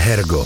Hergot.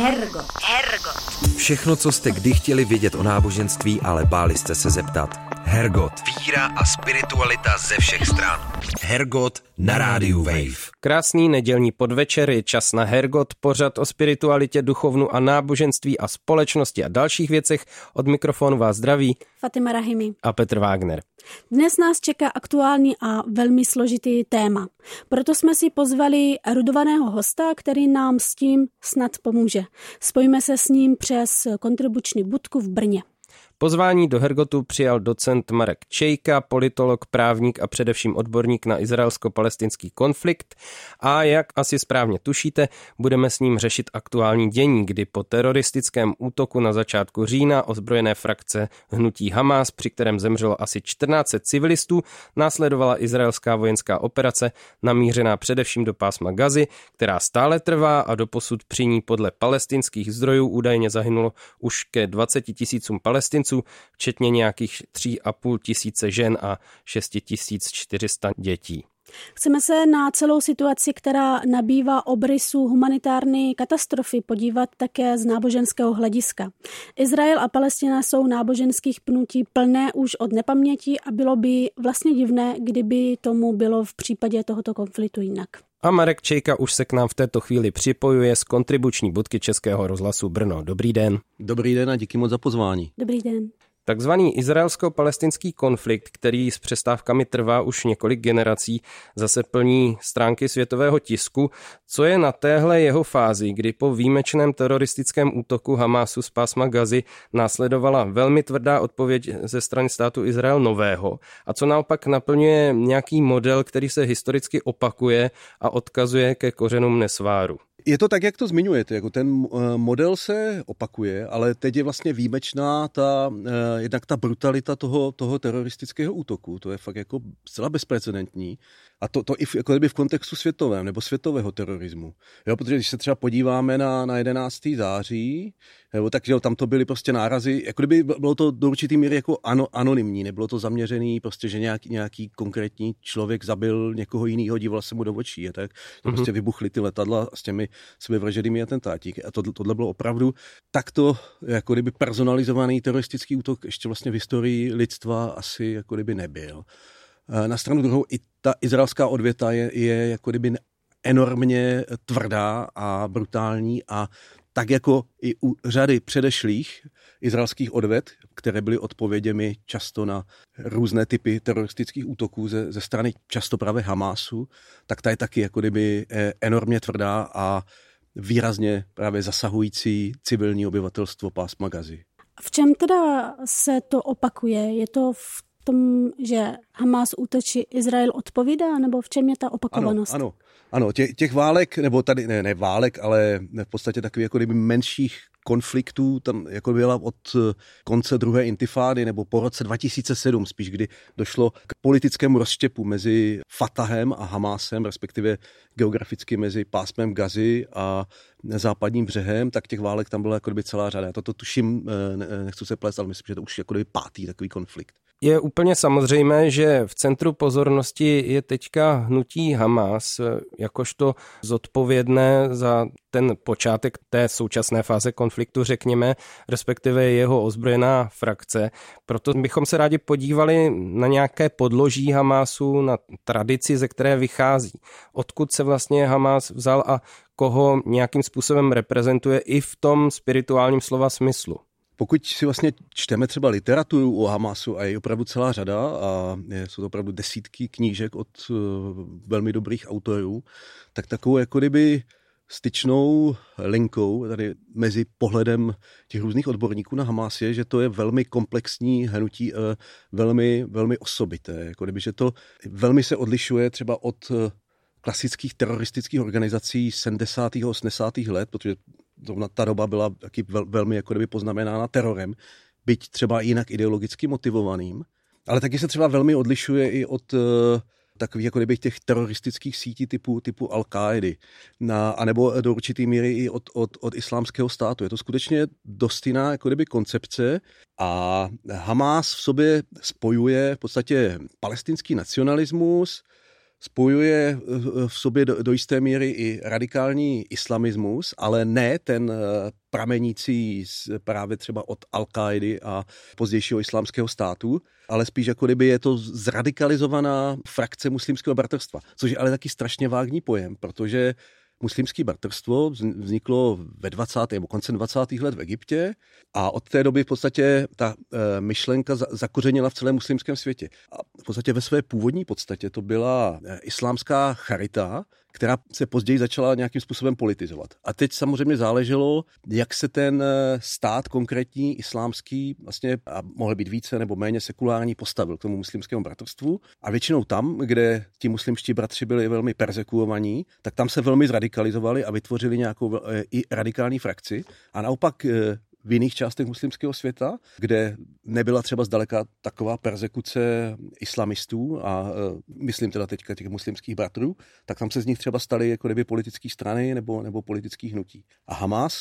Hergot. Všechno, co jste kdy chtěli vědět o náboženství, ale báli jste se zeptat. Hergot. Víra a spiritualita ze všech stran. Hergot na rádiu Wave. Krásný nedělní podvečer, je čas na Hergot, pořad o spiritualitě, duchovnu a náboženství a společnosti a dalších věcech. Od mikrofonu vás zdraví Fatima Rahimi a Petr Wagner. Dnes nás čeká aktuální a velmi složitý téma. Proto jsme si pozvali erudovaného hosta, který nám s tím snad pomůže. Spojíme se s ním přes kontribuční budku v Brně. Pozvání do Hergotu přijal docent Marek Čejka, politolog, právník a především odborník na izraelsko-palestinský konflikt. A jak asi správně tušíte, budeme s ním řešit aktuální dění, kdy po teroristickém útoku na začátku října ozbrojené frakce hnutí Hamas, při kterém zemřelo asi 1400 civilistů, následovala izraelská vojenská operace namířená především do pásma Gazy, která stále trvá a doposud při ní podle palestinských zdrojů údajně zahynulo už ke 20 000 Palestinců, včetně nějakých 3,5 tisíce žen a 6400 dětí. Chceme se na celou situaci, která nabývá obrysu humanitární katastrofy, podívat také z náboženského hlediska. Izrael a Palestina jsou náboženských pnutí plné už od nepaměti a bylo by vlastně divné, kdyby tomu bylo v případě tohoto konfliktu jinak. A Marek Čejka už se k nám v této chvíli připojuje z kontribuční budky Českého rozhlasu Brno. Dobrý den. Dobrý den a díky moc za pozvání. Dobrý den. Takzvaný izraelsko-palestinský konflikt, který s přestávkami trvá už několik generací, zase plní stránky světového tisku. Co je na téhle jeho fázi, kdy po výjimečném teroristickém útoku Hamasu z pásma Gazy následovala velmi tvrdá odpověď ze strany státu Izrael nového, a co naopak naplňuje nějaký model, který se historicky opakuje a odkazuje ke kořenům nesváru? Je to tak, jak to zmiňujete, jako ten model se opakuje, ale teď je vlastně výjimečná jednak ta brutalita toho teroristického útoku. To je fakt jako zcela bezprecedentní. A to i v kontextu světovém nebo světového terorismu. Jo, protože když se třeba podíváme na 11. září, tak tam to byly prostě nárazy, jako kdyby bylo to do určitý míry jako anonymní, nebylo to zaměřený prostě, že nějaký konkrétní člověk zabil někoho jiného, díval se mu do očí, tak prostě vybuchly ty letadla s těmi sebevražednými atentátíky. A tohle bylo opravdu takto jako kdyby personalizovaný teroristický útok ještě vlastně v historii lidstva asi jako kdyby nebyl. Na stranu druhou i ta izraelská odvěta je jako kdyby enormně tvrdá a brutální a tak jako i u řady předešlých izraelských odvet, které byly odpověděmi často na různé typy teroristických útoků ze strany často právě Hamasu, tak ta je taky jako kdyby enormně tvrdá a výrazně právě zasahující civilní obyvatelstvo pásma Gazy. V čem teda se to opakuje? Je to v tom, že Hamas útočí, Izrael odpovídá, nebo v čem je ta opakovanost? Ano, těch válek, nebo tady ne válek, ale v podstatě takových jako kdyby menších konfliktů tam jako byla od konce druhé intifády nebo po roce 2007 spíš, kdy došlo k politickému rozštěpu mezi Fatahem a Hamasem, respektive geograficky mezi pásmem Gazy a západním břehem, tak těch válek tam byla jako kdyby celá řada. Toto tuším, nechci se plést, ale myslím, že to už jako kdyby pátý takový konflikt. Je úplně samozřejmé, že v centru pozornosti je teďka hnutí Hamas, jakožto zodpovědné za ten počátek té současné fáze konfliktu, řekněme, respektive jeho ozbrojená frakce. Proto bychom se rádi podívali na nějaké podloží Hamasu, na tradici, ze které vychází. Odkud se vlastně Hamas vzal a koho nějakým způsobem reprezentuje i v tom spirituálním slova smyslu. Pokud si vlastně čteme třeba literaturu o Hamasu, a je opravdu celá řada, a jsou to opravdu desítky knížek od velmi dobrých autorů, tak takovou jako kdyby styčnou linkou tady mezi pohledem těch různých odborníků na Hamas je, že to je velmi komplexní hnutí, velmi, velmi osobité. Jako kdyby, že to velmi se odlišuje třeba od klasických teroristických organizací 70. a 80. let, protože ta doba byla taky velmi jako kdyby poznamenána terorem, byť třeba jinak ideologicky motivovaným, ale taky se třeba velmi odlišuje i od takových jako kdyby těch teroristických sítí typu Al-Káidy, anebo do určitý míry i od islámského státu. Je to skutečně dost jiná jako kdyby koncepce a Hamas v sobě spojuje v podstatě palestinský nacionalismus, spojuje v sobě do jisté míry i radikální islamismus, ale ne ten pramenící právě třeba od Al-Káidy a pozdějšího islámského státu, ale spíš jako kdyby je to zradikalizovaná frakce muslimského bratrstva, což je ale taky strašně vágní pojem, protože muslimské bratrstvo vzniklo ve 20. nebo koncem 20. let v Egyptě a od té doby v podstatě ta myšlenka zakořenila v celém muslimském světě. A v podstatě ve své původní podstatě to byla islámská charita, která se později začala nějakým způsobem politizovat. A teď samozřejmě záleželo, jak se ten stát konkrétní islámský, vlastně a mohl být více nebo méně sekulární, postavil k tomu muslimskému bratrstvu. A většinou tam, kde ti muslimští bratři byli velmi perzekuovaní, tak tam se velmi zradikalizovali a vytvořili nějakou i radikální frakci. A naopak v jiných částech muslimského světa, kde nebyla třeba zdaleka taková perzekuce islamistů a myslím teda teďka těch muslimských bratrů, tak tam se z nich třeba staly jako kdyby politické strany nebo politické hnutí. A Hamas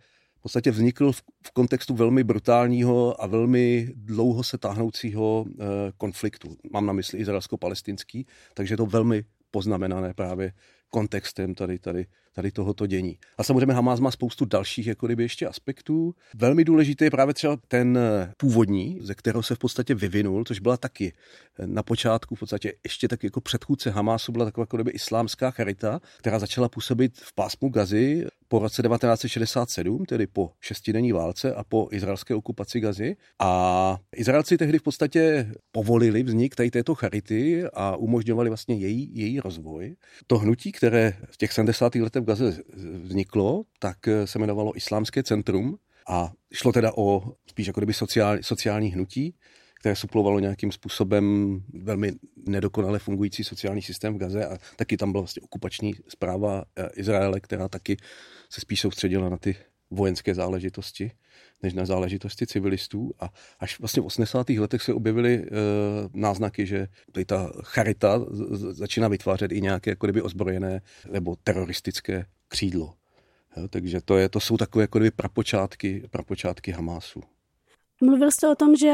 v podstatě vznikl v kontextu velmi brutálního a velmi dlouho se táhnoucího konfliktu. Mám na mysli izraelsko-palestinský, takže je to velmi poznamenané právě kontextem tady tohoto dění. A samozřejmě Hamas má spoustu dalších jako kdyby ještě aspektů. Velmi důležitý je právě třeba ten původní, ze kterého se v podstatě vyvinul, což byla taky na počátku v podstatě ještě taky jako předchůdce Hamasu byla taková jako kdyby islámská charita, která začala působit v pásmu Gazy po roce 1967, tedy po šestidenní válce a po izraelské okupaci Gazy. A Izraelci tehdy v podstatě povolili vznik tady této charity a umožňovali vlastně její rozvoj. To hnutí, které v těch 70. letech v Gaze vzniklo, tak se jmenovalo Islámské centrum a šlo teda o spíš jako kdyby sociální hnutí, které suplovalo nějakým způsobem velmi nedokonale fungující sociální systém v Gaze a taky tam byla vlastně okupační správa Izraele, která taky se spíš soustředila na ty vojenské záležitosti, než na záležitosti civilistů. A až vlastně v 80. letech se objevily náznaky, že ta charita začíná vytvářet i nějaké jako kdyby ozbrojené nebo teroristické křídlo. Takže to jsou takové jako kdyby prapočátky Hamásu. Mluvil jste o tom, že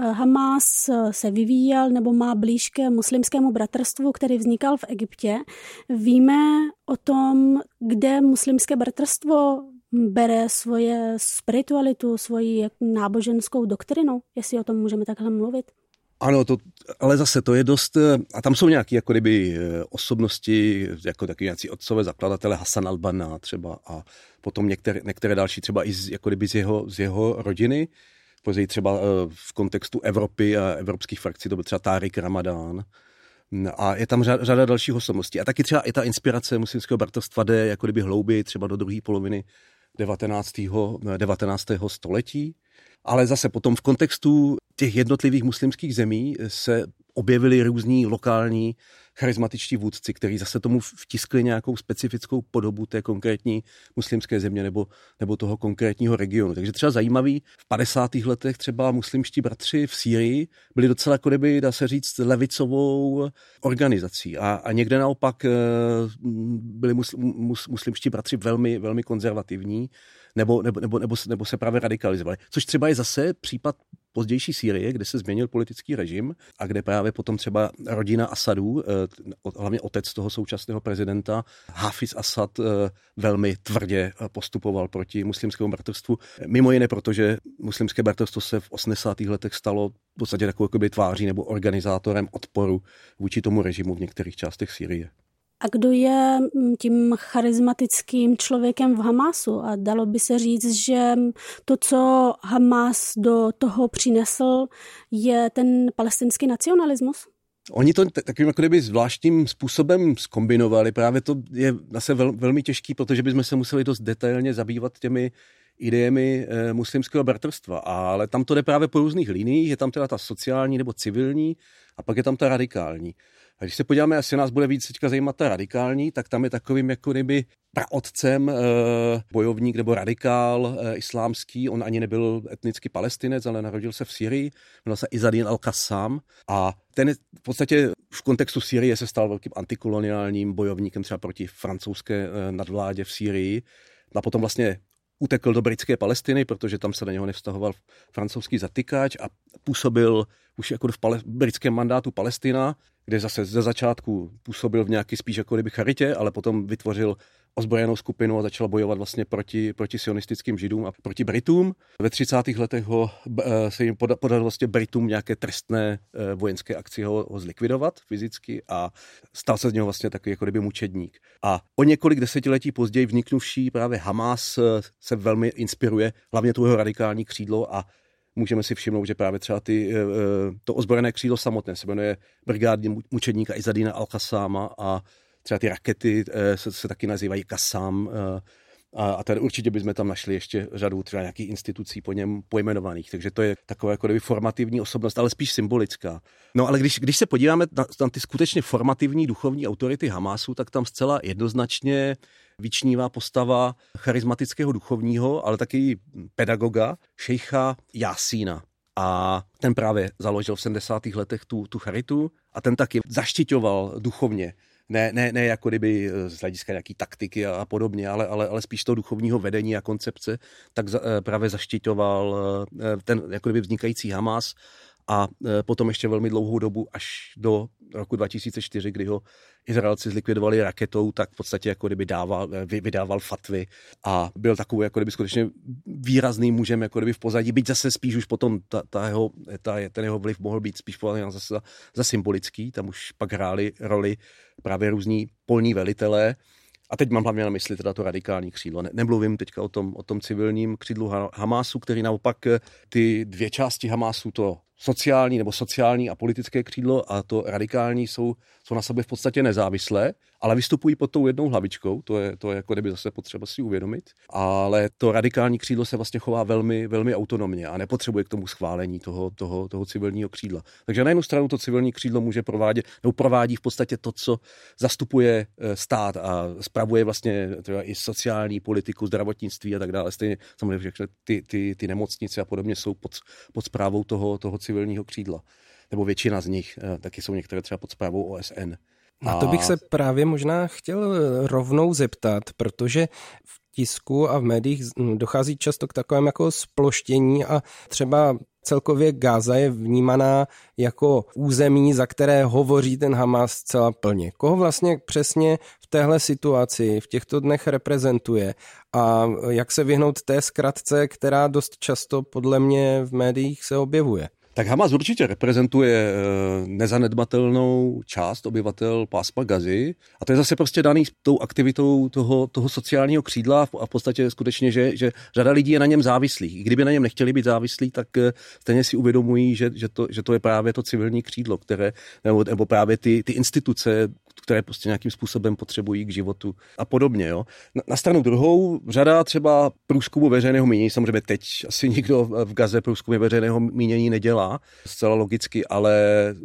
Hamás se vyvíjel nebo má blíž k muslimskému bratrstvu, který vznikal v Egyptě. Víme o tom, kde muslimské bratrstvo bere svoje spiritualitu, svoji náboženskou doktrinu, jestli o tom můžeme takhle mluvit? Ano, ale zase to je dost, a tam jsou nějaké jako kdyby osobnosti, jako taky nějací otcové zakladatelé, Hasan al-Banna třeba a potom některé další třeba i jako kdyby z jeho rodiny, později třeba v kontextu Evropy a evropských frakcí, to byl třeba Tariq Ramadan. A je tam řada dalších osobností. A taky třeba i ta inspirace muslimského bratrstva jde jako kdyby hlouběji třeba do druhé poloviny 19. století. Ale zase potom v kontextu těch jednotlivých muslimských zemí se objevili různí lokální charismatičtí vůdci, kteří zase tomu vtiskli nějakou specifickou podobu té konkrétní muslimské země nebo toho konkrétního regionu. Takže třeba zajímavý, v 50. letech třeba muslimští bratři v Sýrii byli docela jako kdyby, dá se říct, levicovou organizací a někde naopak byli muslimští bratři velmi, velmi konzervativní nebo se právě radikalizovali. Což třeba je zase případ pozdější Sýrie, kde se změnil politický režim a kde právě potom třeba rodina Asadů, hlavně otec toho současného prezidenta, Hafiz Asad, velmi tvrdě postupoval proti muslimskému bratrstvu. Mimo jiné, protože muslimské bratrstvo se v 80. letech stalo v podstatě takovou jakoby tváří nebo organizátorem odporu vůči tomu režimu v některých částech Sýrie. A kdo je tím charismatickým člověkem v Hamásu? A dalo by se říct, že to, co Hamás do toho přinesl, je ten palestinský nacionalismus? Oni to takovým jako kdyby zvláštním způsobem zkombinovali. Právě to je zase velmi těžký, protože bychom se museli dost detailně zabývat těmi idejemi muslimského bratrstva. Ale tam to jde právě po různých liniích. Je tam teda ta sociální nebo civilní a pak je tam ta radikální. A když se podíváme, asi nás bude víc teďka zajímat ta radikální, tak tam je takovým jako kdyby praotcem bojovník nebo radikál islámský. On ani nebyl etnicky Palestinec, ale narodil se v Syrii. Jmenoval se Izzadin al-Qassam a ten v podstatě v kontextu Sýrie se stal velkým antikoloniálním bojovníkem třeba proti francouzské nadvládě v Sýrii. A potom vlastně utekl do britské Palestiny, protože tam se na něho nevztahoval francouzský zatykač a působil už jako v britském mandátu Palestina, kde zase ze začátku působil v nějaký spíš jako kdyby charitě, ale potom vytvořil ozbrojenou skupinu a začal bojovat vlastně proti sionistickým Židům a proti Britům. Ve 30. letech se jim podařilo vlastně Britům nějaké trestné vojenské akci ho zlikvidovat fyzicky a stal se z něho vlastně takový jako kdyby mučedník. A o několik desetiletí později vzniknuvší právě Hamas se velmi inspiruje, hlavně to jeho radikální křídlo a můžeme si všimnout, že právě třeba to ozbrojené křídlo samotné se jmenuje brigádní mučedníka Izzadína al-Qassáma a třeba ty rakety se taky nazývají Qassam a tady určitě bychom tam našli ještě řadu třeba nějakých institucí po něm pojmenovaných, takže to je taková jako kdyby formativní osobnost, ale spíš symbolická. No ale když se podíváme na ty skutečně formativní duchovní autority Hamasu, tak tam zcela jednoznačně vyčnívá postava charismatického duchovního, ale taky pedagoga, šejcha Jásína. A ten právě založil v 70. letech tu charitu a ten taky zaštiťoval duchovně. Ne jako kdyby z hlediska nějaký taktiky a podobně, ale spíš toho duchovního vedení a koncepce, tak právě zaštiťoval ten jako kdyby vznikající Hamas a potom ještě velmi dlouhou dobu až do roku 2004, kdy ho Izraelci zlikvidovali raketou, tak v podstatě jako kdyby vydával fatvy a byl takový jako kdyby skutečně výrazným mužem jako kdyby v pozadí, byť zase spíš už potom ten jeho vliv mohl být spíš považován za symbolický, tam už pak hráli roli právě různí polní velitelé. A teď mám hlavně na mysli teda to radikální křídlo. Nemluvím teďka o tom civilním křídlu Hamasu, který naopak ty dvě části Hamasu, to sociální a politické křídlo a to radikální jsou na sobě v podstatě nezávislé, ale vystupují pod tou jednou hlavičkou, to je jako kdyby zase potřeba si uvědomit, ale to radikální křídlo se vlastně chová velmi, velmi autonomně a nepotřebuje k tomu schválení toho civilního křídla. Takže na jednu stranu to civilní křídlo může provádí v podstatě to, co zastupuje stát a spravuje vlastně i sociální politiku, zdravotnictví a tak dále. Stejně samozřejmě ty nemocnice a podobně jsou pod správou toho civilního křídla. Nebo většina z nich, taky jsou některé třeba pod správou OSN. Na to bych se právě možná chtěl rovnou zeptat, protože v tisku a v médiích dochází často k takovém jako sploštění a třeba celkově Gáza je vnímaná jako území, za které hovoří ten Hamas zcela plně. Koho vlastně přesně v téhle situaci, v těchto dnech reprezentuje a jak se vyhnout té zkratce, která dost často podle mě v médiích se objevuje? Tak Hamas určitě reprezentuje nezanedbatelnou část obyvatel pásma Gazy a to je zase prostě daný tou aktivitou toho sociálního křídla a v podstatě skutečně, že řada lidí je na něm závislých. I kdyby na něm nechtěli být závislí, tak stejně si uvědomují, že to je právě to civilní křídlo, které, nebo právě ty instituce, které prostě nějakým způsobem potřebují k životu a podobně. Jo. Na stranu druhou řada třeba průzkumu veřejného mínění, samozřejmě teď asi nikdo v Gaze průzkumy veřejného mínění nedělá, zcela logicky, ale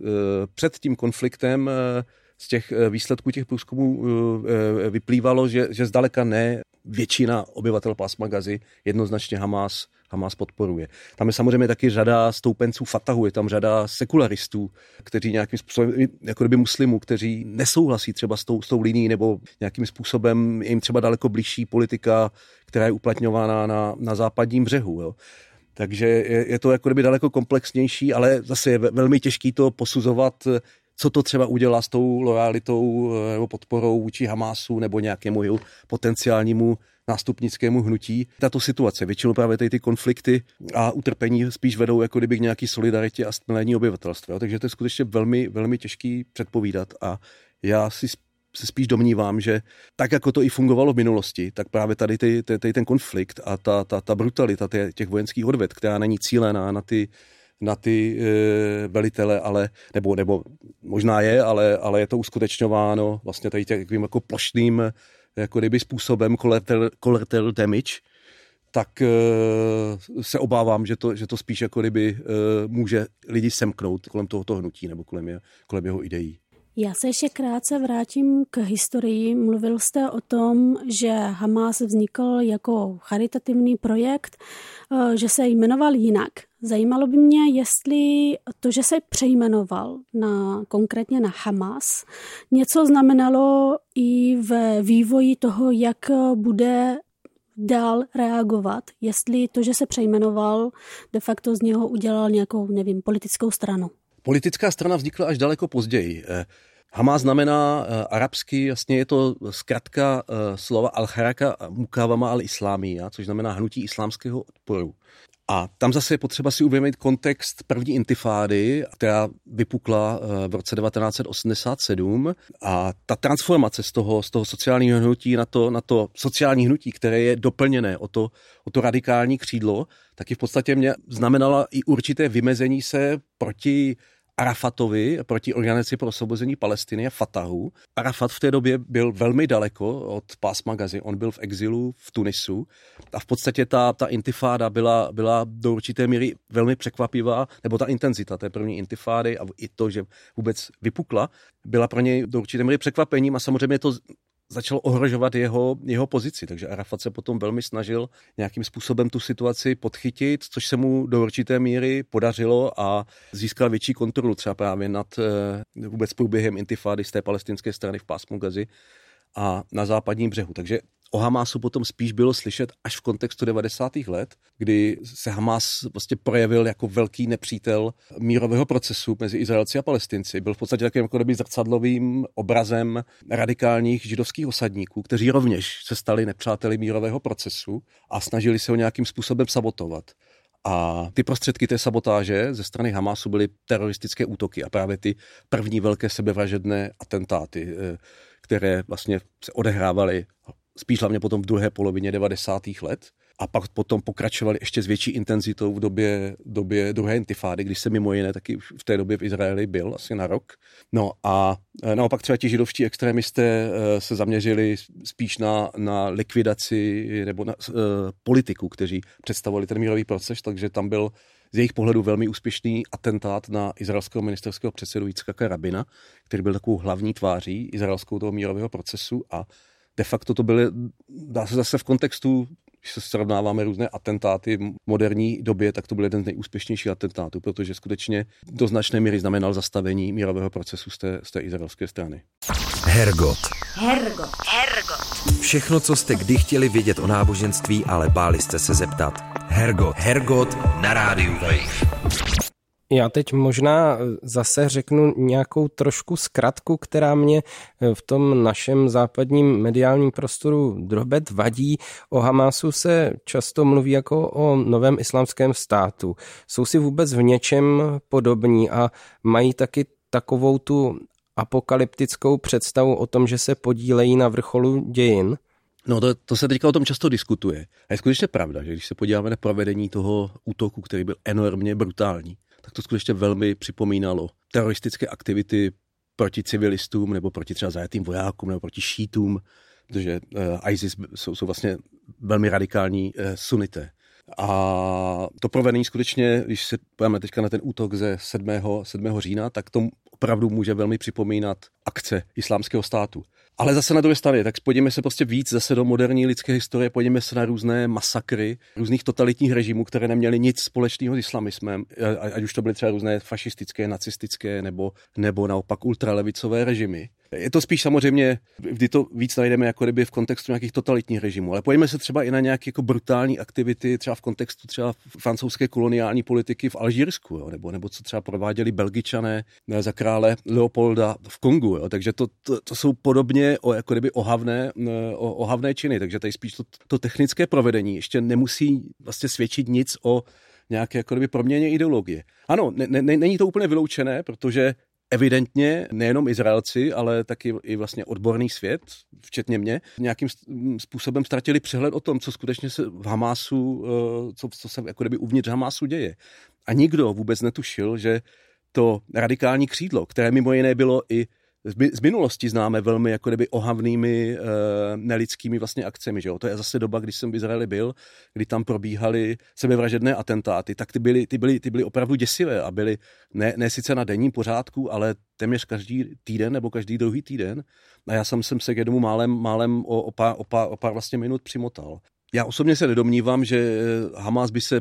před tím konfliktem z těch výsledků těch průzkumů vyplývalo, že zdaleka ne většina obyvatel pásma Gazy jednoznačně Hamas podporuje. Tam je samozřejmě taky řada stoupenců Fatahu, je tam řada sekularistů, kteří nějakým způsobem, jako kdyby muslimů, kteří nesouhlasí třeba s tou linií nebo nějakým způsobem jim třeba daleko bližší politika, která je uplatňována na západním břehu. Jo. Takže je to jako kdyby daleko komplexnější, ale zase je velmi těžký to posuzovat, co to třeba udělá s tou lojalitou nebo podporou vůči Hamasu nebo nějakému jeho potenciálnímu nástupnickému hnutí. Tato situace, většinou právě ty konflikty a utrpení spíš vedou jako kdyby k nějaký solidaritě a stmelení obyvatelstva. Takže to je skutečně velmi, velmi těžký předpovídat a já se spíš domnívám, že tak, jako to i fungovalo v minulosti, tak právě tady ten konflikt a ta brutalita těch vojenských odvet, která není cílená na ty velitele, ale nebo možná je, ale je to uskutečňováno vlastně tady takovým jako plošným jako kdyby způsobem collateral damage, tak se obávám, že to spíš jako kdyby může lidi semknout kolem tohoto hnutí nebo kolem jeho ideí. Já se ještě krátce vrátím k historii. Mluvil jste o tom, že Hamas vznikl jako charitativní projekt, že se jmenoval jinak. Zajímalo by mě, jestli to, že se přejmenoval konkrétně na Hamas, něco znamenalo i v vývoji toho, jak bude v dál reagovat, jestli to, že se přejmenoval, de facto z něho udělal nějakou, nevím, politickou stranu. Politická strana vznikla až daleko později. Hamas znamená arabsky, jasně je to zkratka slova al-Haraka Mukawama al-Islamiyya, což znamená hnutí islámského odporu. A tam zase je potřeba si uvědomit kontext první intifády, která vypukla v roce 1987 a ta transformace z toho sociálního hnutí na to sociální hnutí, které je doplněné o to radikální křídlo, taky v podstatě mě znamenala i určité vymezení se proti Arafatovi, proti Organizaci pro osvobození Palestiny a Fatahu. Arafat v té době byl velmi daleko od pásma Gazy, on byl v exilu v Tunisu a v podstatě ta intifáda byla do určité míry velmi překvapivá, nebo ta intenzita té první intifády a i to, že vůbec vypukla, byla pro něj do určité míry překvapením a samozřejmě to začalo ohrožovat jeho pozici, takže Arafat se potom velmi snažil nějakým způsobem tu situaci podchytit, což se mu do určité míry podařilo a získal větší kontrolu třeba právě nad vůbec průběhem intifády z té palestinské strany v pásmu Gazy a na západním břehu. Takže o Hamásu potom spíš bylo slyšet až v kontextu 90. let, kdy se Hamás vlastně projevil jako velký nepřítel mírového procesu mezi Izraelci a Palestinci. Byl v podstatě takovým jako zrcadlovým obrazem radikálních židovských osadníků, kteří rovněž se stali nepřáteli mírového procesu a snažili se ho nějakým způsobem sabotovat. A ty prostředky té sabotáže ze strany Hamásu byly teroristické útoky a právě ty první velké sebevražedné atentáty, které vlastně se odehrávaly spíš hlavně potom v druhé polovině 90. let a pak potom pokračovali ještě s větší intenzitou v době druhé intifády, když se mimo jiné taky v té době v Izraeli byl asi na rok. No a naopak třeba ti židovští extrémisté se zaměřili spíš na likvidaci nebo na politiků, kteří představovali ten mírový proces, takže tam byl z jejich pohledu velmi úspěšný atentát na izraelského ministerského předsedu Jicchaka Rabina, který byl takovou hlavní tváří izraelského toho mírového procesu a de facto to byly, dá se zase v kontextu, když se srovnáváme různé atentáty v moderní době, tak to byl jeden z nejúspěšnějších atentátů, protože skutečně do značné míry znamenal zastavení mírového procesu z té izraelské strany. Hergot. Hergot. Všechno, co jste kdy chtěli vědět o náboženství, ale báli jste se zeptat. Hergot na rádiu Wave. Já teď možná zase řeknu nějakou trošku zkratku, která mě v tom našem západním mediálním prostoru drobet vadí. O Hamásu se často mluví jako o novém islámském státu. Jsou si vůbec v něčem podobní a mají taky takovou tu apokalyptickou představu o tom, že se podílejí na vrcholu dějin? No to se teďka o tom často diskutuje. A je skutečně pravda, že když se podíváme na provedení toho útoku, který byl enormně brutální, tak to skutečně velmi připomínalo teroristické aktivity proti civilistům nebo proti třeba zajatým vojákům nebo proti šítům, protože ISIS jsou vlastně velmi radikální sunité. A to provedení skutečně, když se pojďme teďka na ten útok ze 7. října, tak to opravdu může velmi připomínat akce islámského státu. Ale zase na druhé straně, tak podívejme se prostě víc zase do moderní lidské historie, podívejme se na různé masakry různých totalitních režimů, které neměly nic společného s islamismem, ať už to byly třeba různé fašistické, nacistické nebo naopak ultralevicové režimy. Je to spíš samozřejmě, kdy to víc najdeme jako kdyby v kontextu nějakých totalitních režimů, ale pojďme se třeba i na nějaké jako brutální aktivity, třeba v kontextu třeba francouzské koloniální politiky v Alžírsku, jo, nebo co třeba prováděli Belgičané za krále Leopolda v Kongu, jo, takže to jsou podobně jako kdyby ohavné činy, takže tady spíš to technické provedení ještě nemusí vlastně svědčit nic o nějaké jako kdyby proměně ideologie. Ano, není to úplně vyloučené, protože evidentně nejenom Izraelci, ale taky i vlastně odborný svět, včetně mě, nějakým způsobem ztratili přehled o tom, co skutečně se v Hamásu, co se jako kdyby uvnitř Hamásu děje. A nikdo vůbec netušil, že to radikální křídlo, které mimo jiné bylo i z minulosti známe velmi jako kdyby ohavnými nelidskými vlastně akcemi, že jo? To je zase doba, když jsem v Izraeli byl, kdy tam probíhaly sebevražedné atentáty, tak ty byly opravdu děsivé a byly ne sice na denním pořádku, ale téměř každý týden nebo každý druhý týden. A já jsem se k jednomu málem o pár vlastně minut přimotal. Já osobně se nedomnívám, že Hamás by se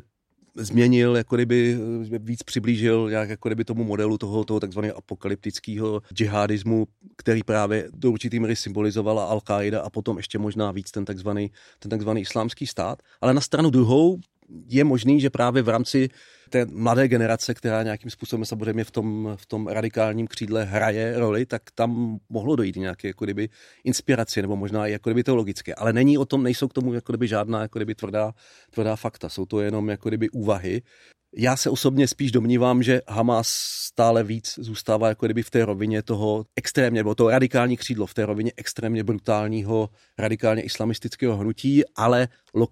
změnil, jako kdyby víc přiblížil jako kdyby tomu modelu toho takzvaného apokalyptického džihadismu, který právě do určitý míry symbolizovala Al-Qaida a potom ještě možná víc ten takzvaný islámský stát. Ale na stranu druhou je možný, že právě v rámci té mladé generace, která nějakým způsobem samozřejmě v tom radikálním křídle hraje roli, tak tam mohlo dojít nějaké jako kdyby inspiraci nebo možná i jako kdyby teologické. Ale nejsou k tomu jako kdyby žádná jako kdyby tvrdá fakta. Jsou to jenom jako kdyby úvahy. Já se osobně spíš domnívám, že Hamas stále víc zůstává jako kdyby v té rovině toho extrémně, nebo to radikální křídlo, v té rovině extrémně brutálního, radikálně islamistického hnutí, ale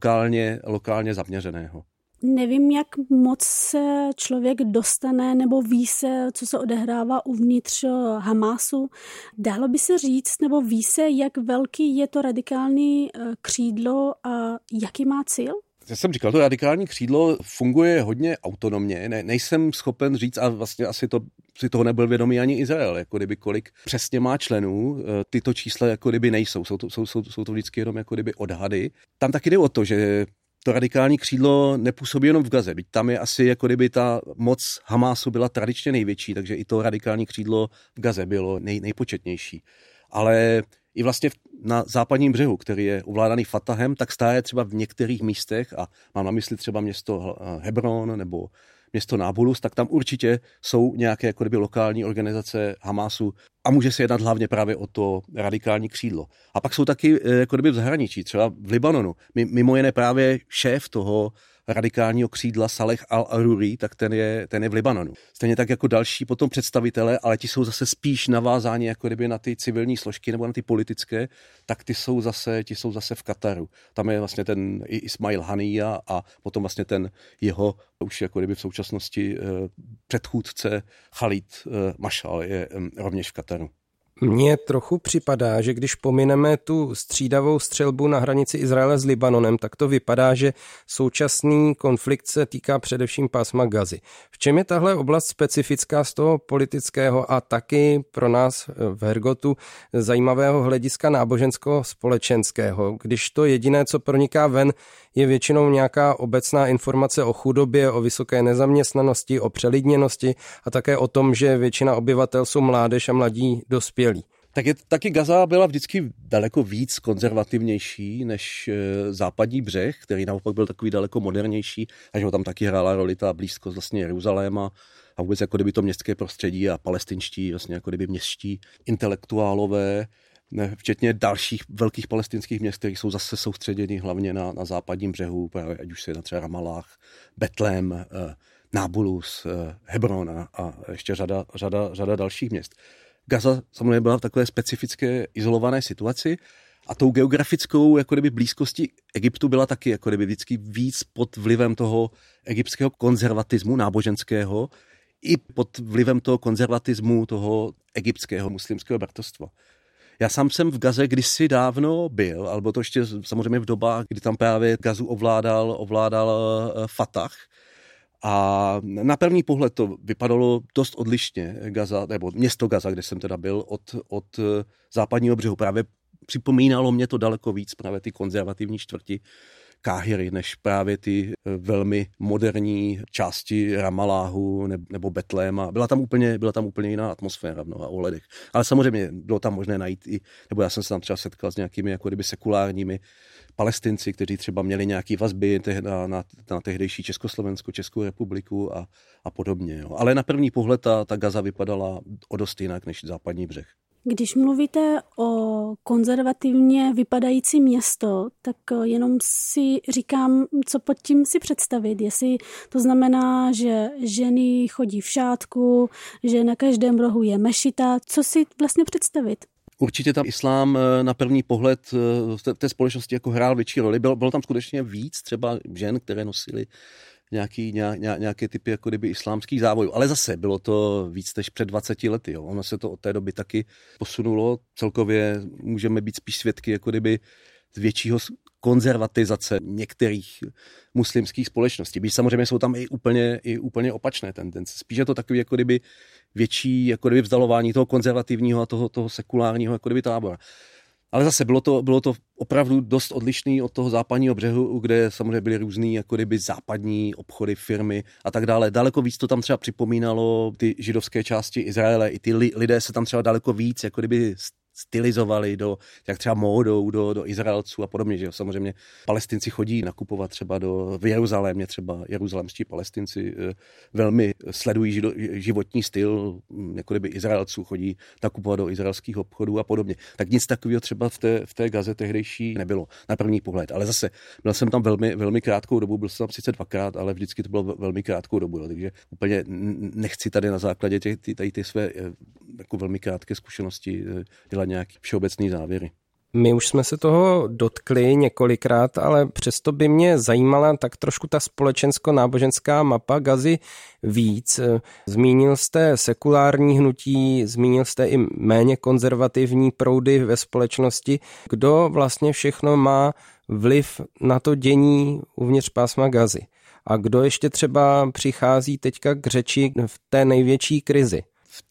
lokálně zaměřeného. Nevím, jak moc se člověk dostane nebo ví se, co se odehrává uvnitř Hamasu. Dálo by se říct, nebo ví se, jak velký je to radikální křídlo a jaký má cíl? Já jsem říkal, to radikální křídlo funguje hodně autonomně. Nejsem schopen říct, a vlastně asi si toho nebyl vědomý ani Izrael, jako kdyby kolik přesně má členů. Tyto čísla jako kdyby nejsou. Jsou to vždycky jenom jako kdyby odhady. Tam taky jde o to, že to radikální křídlo nepůsobí jenom v Gaze. Byť tam je asi jako kdyby ta moc Hamásu byla tradičně největší, takže i to radikální křídlo v Gaze bylo nejpočetnější. Ale i vlastně na západním břehu, který je ovládaný Fatahem, tak stále třeba v některých místech, a mám na mysli třeba město Hebron nebo město Nábulus, tak tam určitě jsou nějaké jako kdyby lokální organizace Hamásu a může se jednat hlavně právě o to radikální křídlo. A pak jsou taky jako kdyby v zahraničí, třeba v Libanonu. Mimo jiné právě šéf toho radikálního křídla Saleh al-Aruri, tak ten je v Libanonu. Stejně tak jako další potom představitelé, ale ti jsou zase spíš navázáni jako kdyby na ty civilní složky nebo na ty politické, tak ti jsou zase v Kataru. Tam je vlastně ten Ismail Haniyeh a potom vlastně ten jeho už jako kdyby v současnosti předchůdce Khalid Mashal je rovněž v Kataru. Mně trochu připadá, že když pomineme tu střídavou střelbu na hranici Izraele s Libanonem, tak to vypadá, že současný konflikt se týká především pásma Gazy. V čem je tahle oblast specifická z toho politického a taky pro nás v Hergotu zajímavého hlediska nábožensko-společenského, když to jediné, co proniká ven, je většinou nějaká obecná informace o chudobě, o vysoké nezaměstnanosti, o přelidněnosti a také o tom, že většina obyvatel jsou mládež a mladí dospělí. Taky Gaza byla vždycky daleko víc konzervativnější než západní břeh, který naopak byl takový daleko modernější, a že tam taky hrála roli ta blízkost vlastně Jeruzaléma a vůbec jako kdyby to městské prostředí a palestinští, vlastně jako kdyby městští intelektuálové, včetně dalších velkých palestinských měst, které jsou zase soustředěny hlavně na západním břehu, ať už se na třeba Ramallah, Betlém, Nábulus, Hebron a ještě řada dalších měst. Gaza samozřejmě byla v takové specifické izolované situaci a tou geografickou jako kdyby blízkostí Egyptu byla taky jako kdyby vždycky víc pod vlivem toho egyptského konzervatismu náboženského i pod vlivem toho konzervatismu toho egyptského muslimského bratrstva. Já sám jsem v Gaze kdysi dávno byl, ale bylo to ještě samozřejmě v dobách, kdy tam právě Gazu ovládal Fatah. A na první pohled to vypadalo dost odlišně, Gaza, nebo město Gaza, kde jsem teda byl, od západního břehu. Právě připomínalo mě to daleko víc právě ty konzervativní čtvrti Káhiry, než právě ty velmi moderní části Ramalláhu nebo Betléma. Byla tam úplně jiná atmosféra v mnoha ohledech. Ale samozřejmě bylo tam možné najít nebo já jsem se tam třeba setkal s nějakými jako kdyby sekulárními Palestinci, kteří třeba měli nějaké vazby na tehdejší Československo, Českou republiku a podobně. Jo. Ale na první pohled ta Gaza vypadala o dost jinak než západní břeh. Když mluvíte o konzervativně vypadající město, tak jenom si říkám, co pod tím si představit. Jestli to znamená, že ženy chodí v šátku, že na každém rohu je mešita, co si vlastně představit? Určitě tam islám na první pohled v té společnosti jako hrál větší roli. Bylo tam skutečně víc třeba žen, které nosily nějaké typy jako kdyby islámských závojů. Ale zase bylo to víc než před 20 lety. Jo. Ono se to od té doby taky posunulo. Celkově můžeme být spíš svědky jako kdyby většího konzervatizace některých muslimských společností. Byť samozřejmě jsou tam i úplně opačné tendence. Spíš je to takový jako kdyby větší jako kdyby vzdalování toho konzervativního a toho sekulárního jako kdyby tábora. Ale zase bylo to opravdu dost odlišný od toho západního břehu, kde samozřejmě byly různý jako kdyby západní obchody, firmy a tak dále. Daleko víc to tam třeba připomínalo ty židovské části Izraele, i ty lidé se tam třeba daleko víc jako kdyby stylizovali jak třeba módou do Izraelců a podobně, že jo. Samozřejmě Palestinci chodí nakupovat třeba v Jeruzalémě, třeba jeruzalémští Palestinci velmi sledují životní styl, jako kdyby Izraelců chodí nakupovat do izraelských obchodů a podobně. Tak nic takového třeba v té Gaze tehdejší nebylo na první pohled. Ale zase byl jsem tam velmi, velmi krátkou dobu, byl jsem tam sice 2krát, ale vždycky to bylo velmi krátkou dobu, jo. Takže úplně nechci tady na základě ty své jako velmi krátké zkušenosti dělat nějaký všeobecný závěry. My už jsme se toho dotkli několikrát, ale přesto by mě zajímala tak trošku ta společensko-náboženská mapa Gazy víc. Zmínil jste sekulární hnutí, zmínil jste i méně konzervativní proudy ve společnosti. Kdo vlastně všechno má vliv na to dění uvnitř pásma Gazy? A kdo ještě třeba přichází teďka k řeči v té největší krizi?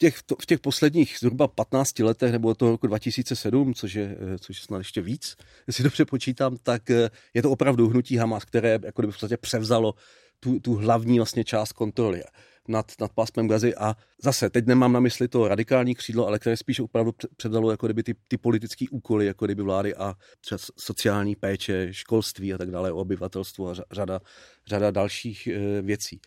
V těch posledních zhruba 15 letech, nebo od toho roku 2007, což je snad ještě víc, jestli dobře počítám, tak je to opravdu hnutí Hamas, které jako kdyby v podstatě převzalo tu hlavní vlastně část kontroly nad pásmem Gazy. A zase, teď nemám na mysli to radikální křídlo, ale které spíš opravdu převzalo jako kdyby ty politické úkoly, jako kdyby vlády a třeba sociální péče, školství a tak dále, obyvatelstvo a řada dalších věcí.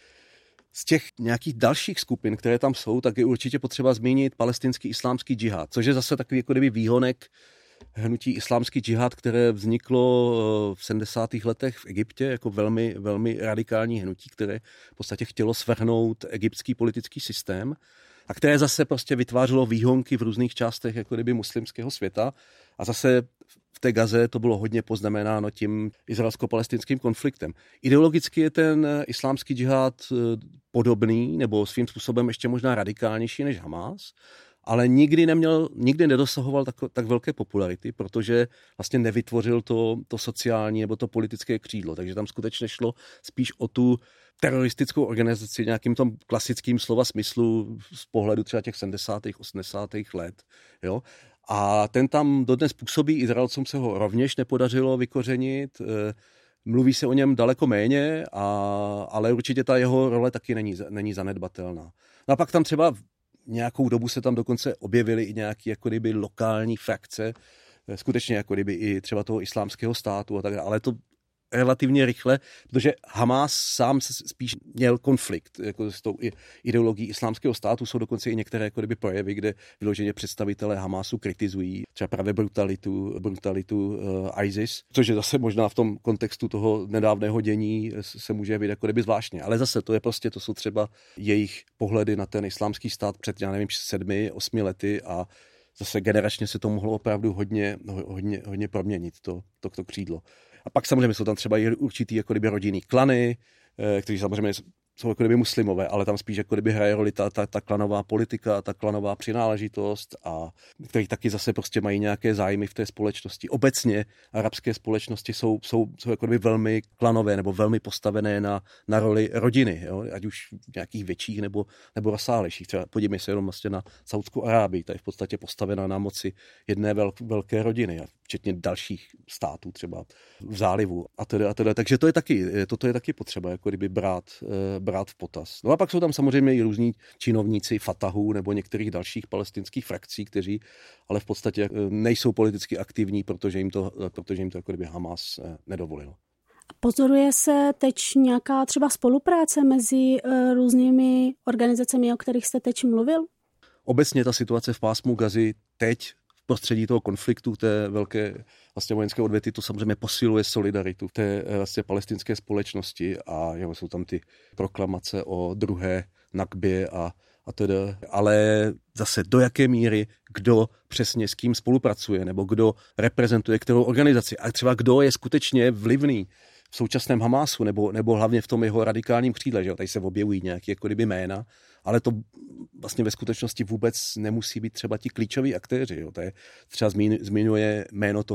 Z těch nějakých dalších skupin, které tam jsou, tak je určitě potřeba zmínit palestinský islámský džihad, což je zase takový jako kdyby výhonek hnutí islámský džihad, které vzniklo v 70. letech v Egyptě jako velmi, velmi radikální hnutí, které v podstatě chtělo svrhnout egyptský politický systém a které zase prostě vytvářelo výhonky v různých částech jako kdyby muslimského světa. A zase v té Gaze to bylo hodně poznamenáno tím izraelsko-palestinským konfliktem. Ideologicky je ten islámský džihad podobný, nebo svým způsobem ještě možná radikálnější než Hamas, ale nikdy nedosahoval tak velké popularity, protože vlastně nevytvořil to sociální nebo to politické křídlo. Takže tam skutečně šlo spíš o tu teroristickou organizaci nějakým tom klasickým slova smyslu z pohledu třeba těch 70. 80. let. Jo? A ten tam dodnes působí, Izraelcům se ho rovněž nepodařilo vykořenit, mluví se o něm daleko méně, ale určitě ta jeho role taky není zanedbatelná. No a pak tam třeba nějakou dobu se tam dokonce objevily i nějaké jako kdyby lokální frakce, skutečně jako kdyby i třeba toho islámského státu a tak dále, ale to relativně rychle, protože Hamas sám spíš měl konflikt jako s tou ideologií islámského státu. Jsou dokonce i některé jako kdyby projevy, kde vyloženě představitelé Hamasu kritizují třeba právě brutalitu ISIS, což je zase možná v tom kontextu toho nedávného dění se může jevit jako kdyby zvláštně. Ale zase to jsou třeba jejich pohledy na ten islámský stát před 7-8 lety a zase generačně se to mohlo opravdu hodně proměnit, to křídlo. A pak samozřejmě jsou tam třeba i určitý jako kdyby rodinný klany, kteří samozřejmě jsou jako kdyby muslimové, ale tam spíš jako kdyby hraje roli ta klanová politika, ta klanová přináležitost a kteří taky zase prostě mají nějaké zájmy v té společnosti. Obecně arabské společnosti jsou jako kdyby velmi klanové nebo velmi postavené na roli rodiny, jo? Ať už nějakých větších nebo rozsáhlejších. Třeba podívejme se jenom vlastně na Saudskou Arábii, ta je v podstatě postavená na moci jedné velké rodiny, včetně dalších států třeba v zálivu a teda. Takže toto je taky potřeba jako kdyby brát v potaz. No a pak jsou tam samozřejmě i různí činovníci Fatahu nebo některých dalších palestinských frakcí, kteří ale v podstatě nejsou politicky aktivní, protože jim to jako kdyby Hamas nedovolil. Pozoruje se teď nějaká třeba spolupráce mezi různými organizacemi, o kterých jste teď mluvil? Obecně ta situace v pásmu Gazy teď v prostředí toho konfliktu, té velké vlastně vojenské odvěty, to samozřejmě posiluje solidaritu v té vlastně palestinské společnosti a jsou tam ty proklamace o druhé nakbě a teda. Ale zase do jaké míry, kdo přesně s kým spolupracuje nebo kdo reprezentuje kterou organizaci a třeba kdo je skutečně vlivný v současném Hamásu nebo hlavně v tom jeho radikálním křídle, že jo? Tady se objevují nějaké jako kdyby jména, ale to vlastně ve skutečnosti vůbec nemusí být třeba ti klíčoví aktéři. Jo? To je, třeba zmiňuje jméno toho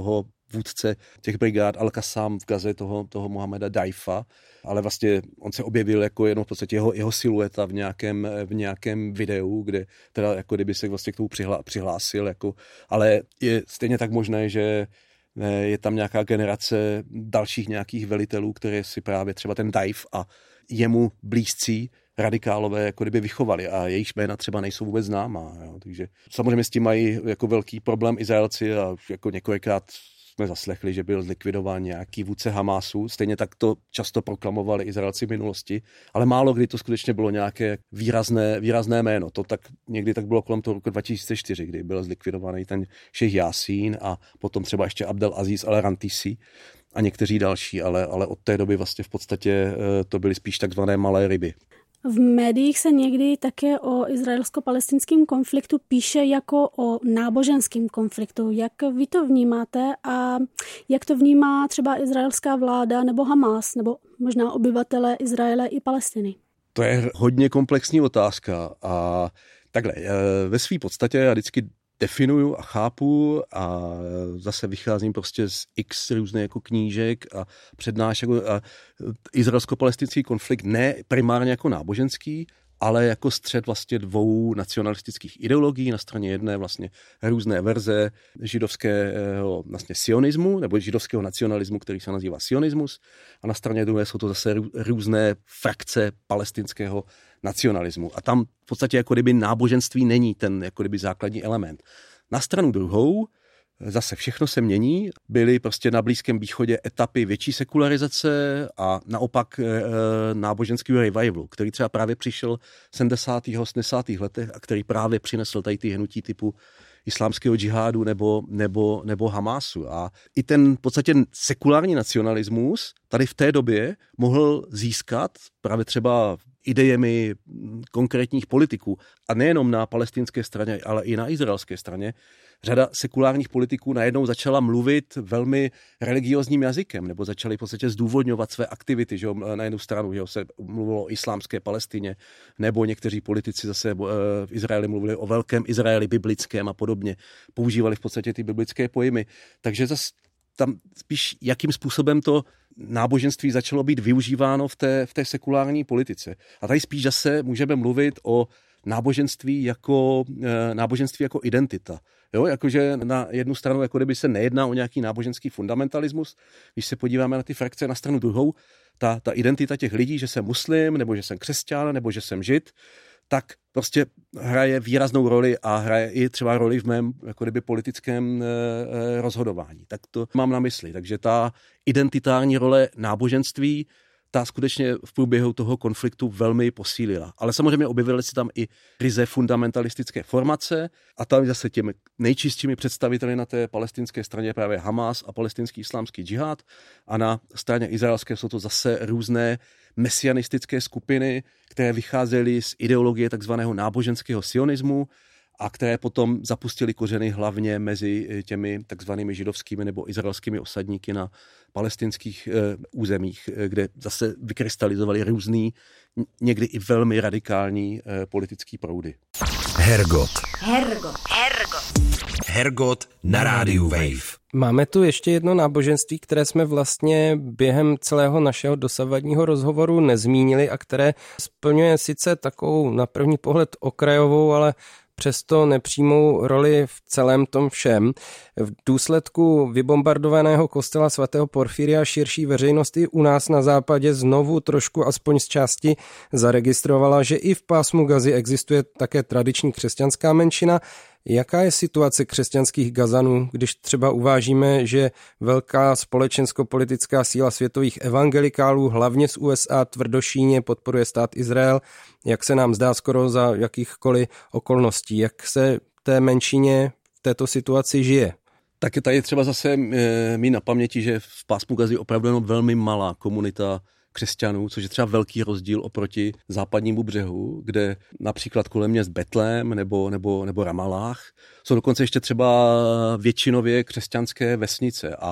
vůdce těch brigád Al-Qassam v Gaze, toho Mohameda Daifa, ale vlastně on se objevil jako jenom v podstatě jeho silueta v nějakém videu, kde teda jako kdyby se vlastně k tomu přihlásil, jako, ale je stejně tak možné, že je tam nějaká generace dalších nějakých velitelů, které si právě třeba ten Daif a jemu blízcí radikálové jako kdyby vychovali a jejich jména třeba nejsou vůbec známá. Jo. Takže samozřejmě s tím mají jako velký problém Izraelci a jako několikrát jsme zaslechli, že byl zlikvidován nějaký vůdce Hamásu. Stejně tak to často proklamovali Izraelci v minulosti, ale málo kdy to skutečně bylo nějaké výrazné jméno. To tak někdy tak bylo kolem toho roku 2004, kdy byl zlikvidovaný ten šejch Jasín a potom třeba ještě Abdel Aziz al-Rantisi a někteří další, ale od té doby vlastně v podstatě to byly spíš takzvané malé ryby. V médiích se někdy také o izraelsko-palestinském konfliktu píše jako o náboženském konfliktu. Jak vy to vnímáte a jak to vnímá třeba izraelská vláda nebo Hamás, nebo možná obyvatele Izraele i Palestiny? To je hodně komplexní otázka a takhle, ve své podstatě já vždycky definuju a chápu a zase vycházím prostě z x různých jako knížek a přednášek a izraelsko-palestinský konflikt ne primárně jako náboženský, ale jako střet vlastně dvou nacionalistických ideologií. Na straně jedné vlastně různé verze židovského vlastně sionismu nebo židovského nacionalismu, který se nazývá sionismus, a na straně druhé jsou to zase různé frakce palestinského nacionalismu. A tam v podstatě jako kdyby náboženství není ten jako kdyby základní element. Na stranu druhou zase všechno se mění, byly prostě na Blízkém východě etapy větší sekularizace a naopak náboženského revivalu, který třeba právě přišel v 70. a 80. letech a který právě přinesl tady ty hnutí typu islámského džihádu nebo Hamásu. A i ten v podstatě sekulární nacionalismus tady v té době mohl získat právě třeba idejemi konkrétních politiků. A nejenom na palestinské straně, ale i na izraelské straně. Řada sekulárních politiků najednou začala mluvit velmi religiózním jazykem, nebo začali v podstatě zdůvodňovat své aktivity. Že na jednu stranu že se mluvilo o islámské Palestině, nebo někteří politici zase v Izraeli mluvili o velkém Izraeli biblickém a podobně. Používali v podstatě ty biblické pojmy. Takže zase tam spíš jakým způsobem to náboženství začalo být využíváno v té sekulární politice. A tady spíš zase můžeme mluvit o náboženství jako identita. Jo, jakože na jednu stranu jako kdyby se nejedná o nějaký náboženský fundamentalismus, když se podíváme na ty frakce, na stranu druhou, ta identita těch lidí, že jsem muslim, nebo že jsem křesťan, nebo že jsem žid, tak prostě hraje výraznou roli a hraje i třeba roli v mém jako kdyby politickém rozhodování. Tak to mám na mysli. Takže ta identitární role náboženství, ta skutečně v průběhu toho konfliktu velmi posílila. Ale samozřejmě objevily se tam i ryze fundamentalistické formace a tam zase těmi nejčistšími představiteli na té palestinské straně právě Hamás a palestinský islámský džihad a na straně izraelské jsou to zase různé mesianistické skupiny, které vycházely z ideologie takzvaného náboženského sionismu a které potom zapustily kořeny hlavně mezi těmi takzvanými židovskými nebo izraelskými osadníky na palestinských územích, kde zase vykrystalizovali různý, někdy i velmi radikální politický proudy. Hergot na rádiu Wave. Máme tu ještě jedno náboženství, které jsme vlastně během celého našeho dosavadního rozhovoru nezmínili a které splňuje sice takovou na první pohled okrajovou, ale přesto nepřímou roli v celém tom všem. V důsledku vybombardovaného kostela svatého Porfíria širší veřejnost i u nás na západě znovu trošku aspoň z části zaregistrovala, že i v pásmu Gazy existuje také tradiční křesťanská menšina. Jaká je situace křesťanských Gazanů, když třeba uvážíme, že velká společensko-politická síla světových evangelikálů, hlavně z USA, tvrdošíjně podporuje stát Izrael, jak se nám zdá skoro za jakýchkoliv okolností? Jak se té menšině v této situaci žije? Tak tady je třeba zase mít na paměti, že v pásmu Gazy opravdu jenom velmi malá komunita křesťanů, což je třeba velký rozdíl oproti západnímu břehu, kde například kolem měst Betlém nebo Ramalách jsou dokonce ještě třeba většinově křesťanské vesnice a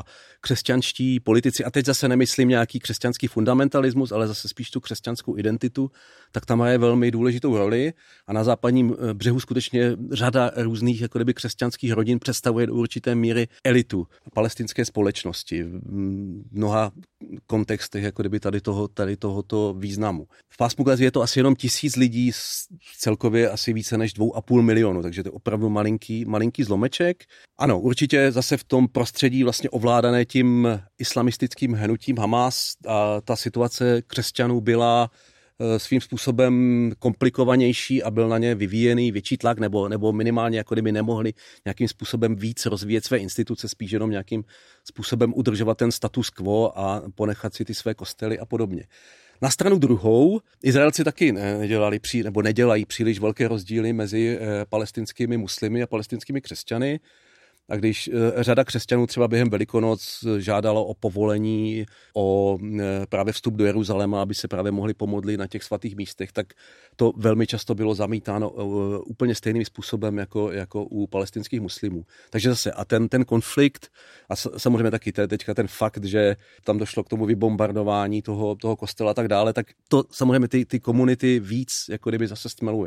křesťanští politici, a teď zase nemyslím nějaký křesťanský fundamentalismus, ale zase spíš tu křesťanskou identitu, tak tam hraje velmi důležitou roli a na západním břehu skutečně řada různých jako kdyby křesťanských rodin představuje do určité míry elitu palestinské společnosti v mnoha kontextech jako kdyby tady tohoto významu. V pásmu Gazy je to asi jenom 1000 lidí, celkově asi více než 2,5 milionu, takže to je opravdu malinký zlomeček. Ano, určitě zase v tom prostředí vlastně ovládané tím islamistickým hnutím Hamas a ta situace křesťanů byla svým způsobem komplikovanější a byl na ně vyvíjený větší tlak nebo minimálně jako kdyby nemohli nějakým způsobem víc rozvíjet své instituce, spíš jenom nějakým způsobem udržovat ten status quo a ponechat si ty své kostely a podobně. Na stranu druhou, Izraelci taky nedělají příliš velké rozdíly mezi palestinskými muslimy a palestinskými křesťany. A když řada křesťanů třeba během Velikonoc žádalo o povolení, o právě vstup do Jeruzaléma, aby se právě mohli pomodlit na těch svatých místech, tak to velmi často bylo zamítáno úplně stejným způsobem jako u palestinských muslimů. Takže zase a ten konflikt a samozřejmě taky teďka ten fakt, že tam došlo k tomu vybombardování toho kostela a tak dále, tak to samozřejmě ty komunity víc jako kdyby zase stmeluje.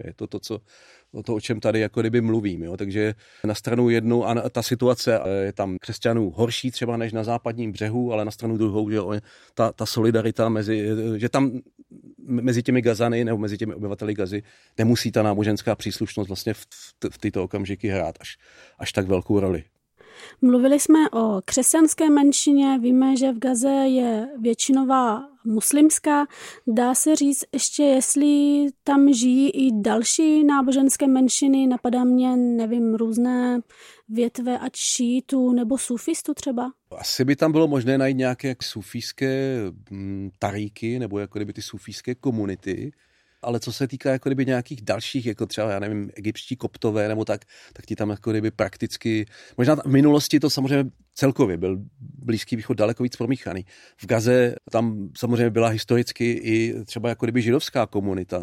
To, o čem tady jako kdyby mluvím. Jo? Takže na stranu jednu a ta situace je tam křesťanů horší třeba než na západním břehu, ale na stranu druhou, že ta solidarita že tam mezi těmi Gazany nebo mezi těmi obyvateli Gazy nemusí ta náboženská příslušnost vlastně v tyto okamžiky hrát až tak velkou roli. Mluvili jsme o křesťanské menšině, víme, že v Gaze je většinová muslimská. Dá se říct ještě, jestli tam žijí i další náboženské menšiny, napadá mě, nevím, různé větve, ať šíitů nebo sufistů třeba? Asi by tam bylo možné najít nějaké sufijské taríky nebo jako kdyby ty sufijské komunity, ale co se týká jako kdyby nějakých dalších, jako třeba, já nevím, egyptští koptové nebo tak ti tam jako kdyby prakticky, možná v minulosti to samozřejmě celkově byl Blízký východ daleko víc promíchaný. V Gaze tam samozřejmě byla historicky i třeba jako kdyby židovská komunita,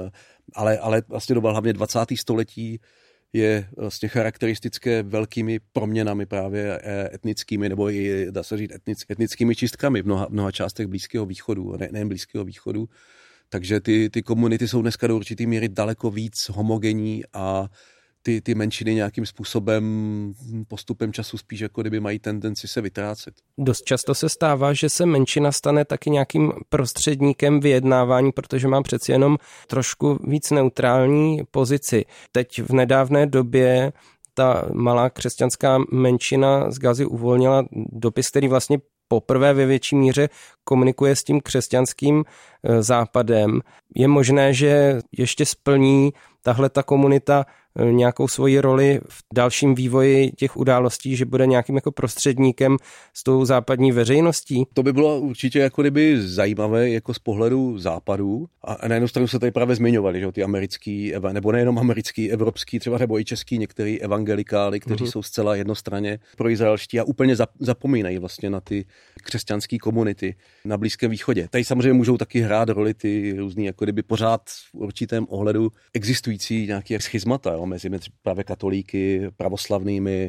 ale vlastně doba hlavně 20. století je vlastně charakteristické velkými proměnami právě etnickými, nebo i, dá se říct, etnickými čistkami v mnoha částech Blízkého východu, nejen Blízkého východu. Takže ty komunity jsou dneska do určitý míry daleko víc homogenní a ty menšiny nějakým způsobem postupem času spíš jako kdyby mají tendenci se vytrácet. Dost často se stává, že se menšina stane taky nějakým prostředníkem vyjednávání, protože má přeci jenom trošku víc neutrální pozici. Teď v nedávné době ta malá křesťanská menšina z Gazy uvolnila dopis, který vlastně poprvé ve větší míře komunikuje s tím křesťanským západem. Je možné, že ještě splní tahle ta komunita nějakou svoji roli v dalším vývoji těch událostí, že bude nějakým jako prostředníkem s tou západní veřejností? To by bylo určitě jako kdyby zajímavé jako z pohledu západu. A na jednu stranu se tady právě zmiňovali, že ty americký, nebo nejenom americký, evropský, třeba nebo i český, některý evangelikáli, kteří jsou zcela jednostranně proizraelští a úplně zapomínají vlastně na ty křesťanské komunity na Blízkém východě. Tady samozřejmě můžou taky hrát roli ty různý jako kdyby pořád v určitém ohledu existující nějaké schizmata, jo, mezi právě katolíky, pravoslavnými,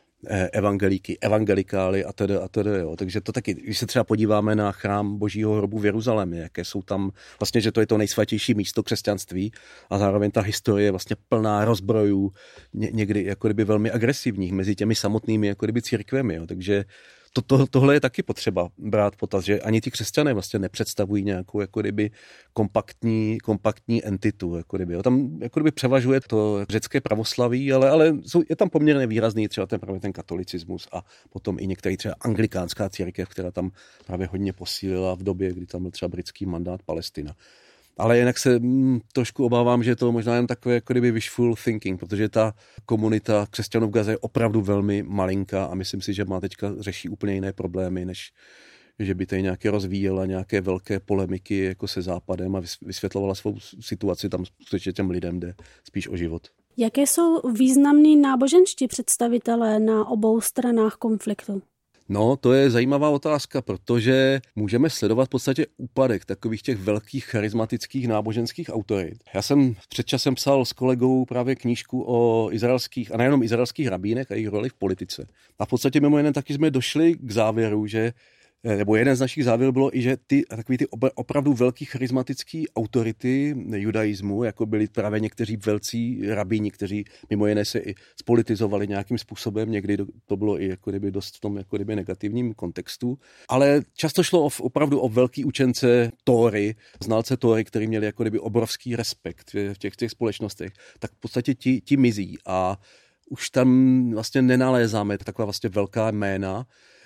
evangelikály a tedy. Jo. Takže to taky, když se třeba podíváme na chrám Božího hrobu v Jeruzalémě, jaké jsou tam, vlastně, že to je to nejsvatější místo křesťanství a zároveň ta historie je vlastně plná rozbrojů, někdy jako kdyby velmi agresivních mezi těmi samotnými jako kdyby církvemi. Jo. Takže tohle je taky potřeba brát potaz, že ani ti křesťané vlastně nepředstavují nějakou jako kdyby kompaktní entitu. Jako kdyby, jo. Tam jako kdyby převažuje to řecké pravoslaví, ale je tam poměrně výrazný třeba ten katolicismus a potom i některý třeba anglikánská církev, která tam právě hodně posílila v době, kdy tam byl třeba britský mandát Palestina. Ale jinak se trošku obávám, že je to možná jen takové jako kdyby wishful thinking, protože ta komunita křesťanů v Gaze je opravdu velmi malinká a myslím si, že má teďka řeší úplně jiné problémy, než že by tady nějaké rozvíjela nějaké velké polemiky jako se Západem a vysvětlovala svou situaci, tam skutečně těm lidem jde spíš o život. Jaké jsou významní náboženští představitelé na obou stranách konfliktu? No, to je zajímavá otázka, protože můžeme sledovat v podstatě úpadek takových těch velkých charismatických náboženských autorit. Já jsem před časem psal s kolegou právě knížku o izraelských, a nejenom izraelských rabínech a jejich roli v politice. A v podstatě mimo jiné taky jsme došli k závěru, že nebo jeden z našich závěrů bylo i, že takový ty opravdu velký charismatický autority judaismu, jako byli právě někteří velcí rabíni, kteří mimo jiné se i spolitizovali nějakým způsobem, někdy to bylo i jako kdyby dost v tom jako kdyby negativním kontextu, ale často šlo opravdu o velký učence Tóry, znalce Tóry, který měli jako kdyby obrovský respekt v těch společnostech, tak v podstatě ti mizí a už tam vlastně nenalézáme taková vlastně velká jména,